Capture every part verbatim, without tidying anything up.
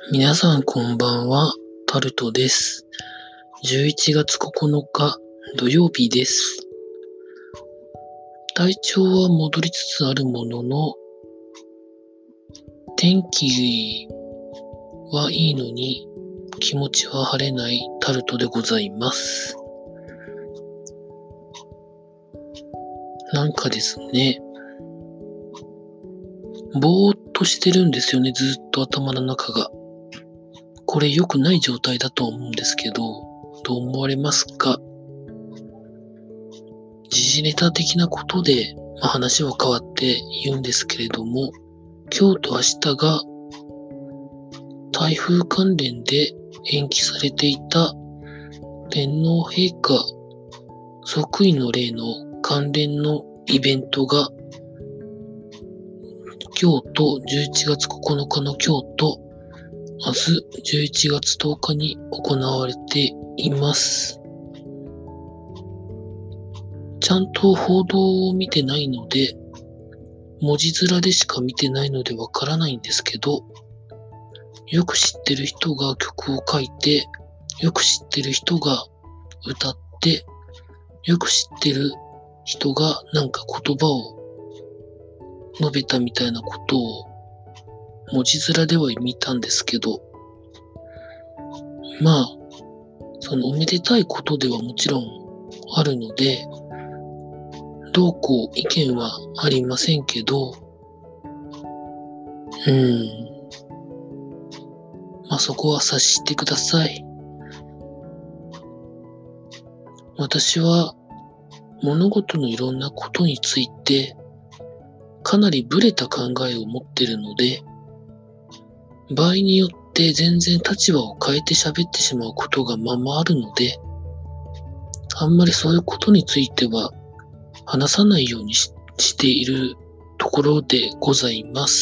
皆さんこんばんは、タルトです。じゅういちがつここのか土曜日です。体調は戻りつつあるものの、天気はいいのに気持ちは晴れないタルトでございます。なんかですね、ぼーっとしてるんですよね、ずっと頭の中が。これ良くない状態だと思うんですけど、どう思われますか？時事ネタ的なことで、まあ、話は変わって言うんですけれども、今日と明日が台風関連で延期されていた天皇陛下即位の礼の関連のイベントが今日とじゅういちがつここのかの今日と明日じゅういちがつとおかに行われています。ちゃんと報道を見てないので、文字面でしか見てないのでわからないんですけど、よく知ってる人が曲を書いて、よく知ってる人が歌って、よく知ってる人がなんか言葉を述べたみたいなことを文字面では見たんですけど、まあ、そのおめでたいことではもちろんあるので、どうこう意見はありませんけど、うーん、まあそこは察してください。私は物事のいろんなことについてかなりブレた考えを持ってるので、場合によって全然立場を変えて喋ってしまうことがままあるので、あんまりそういうことについては話さないように し, しているところでございます。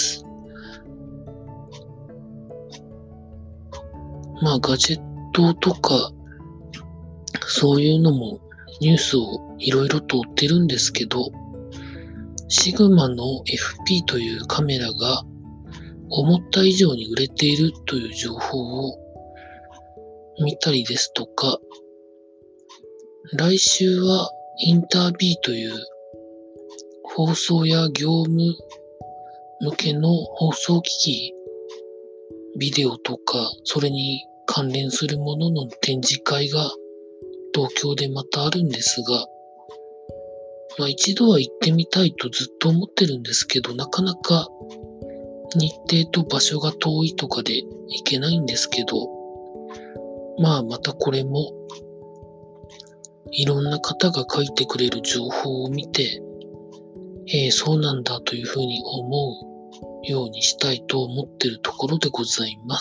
まあガジェットとかそういうのもニュースをいろいろと追ってるんですけど、シグマの エフピー というカメラが思った以上に売れているという情報を見たりですとか、来週はインタービーという放送や業務向けの放送機器、ビデオとか、それに関連するものの展示会が東京でまたあるんですが、まあ一度は行ってみたいとずっと思ってるんですけど、なかなか日程と場所が遠いとかで行けないんですけど、まあまたこれもいろんな方が書いてくれる情報を見て、えー、そうなんだというふうに思うようにしたいと思っているところでございます。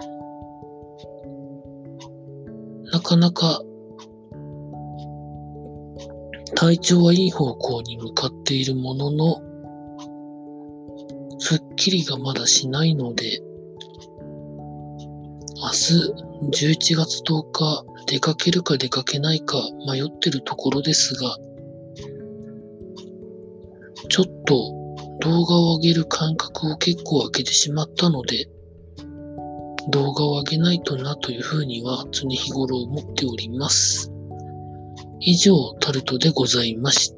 なかなか体調はいい方向に向かっているものの、すっきりがまだしないので、明日じゅういちがつとおか出かけるか出かけないか迷ってるところですが、ちょっと動画を上げる間隔を結構空けてしまったので、動画を上げないとなというふうには常日頃思っております。以上、タルトでございました。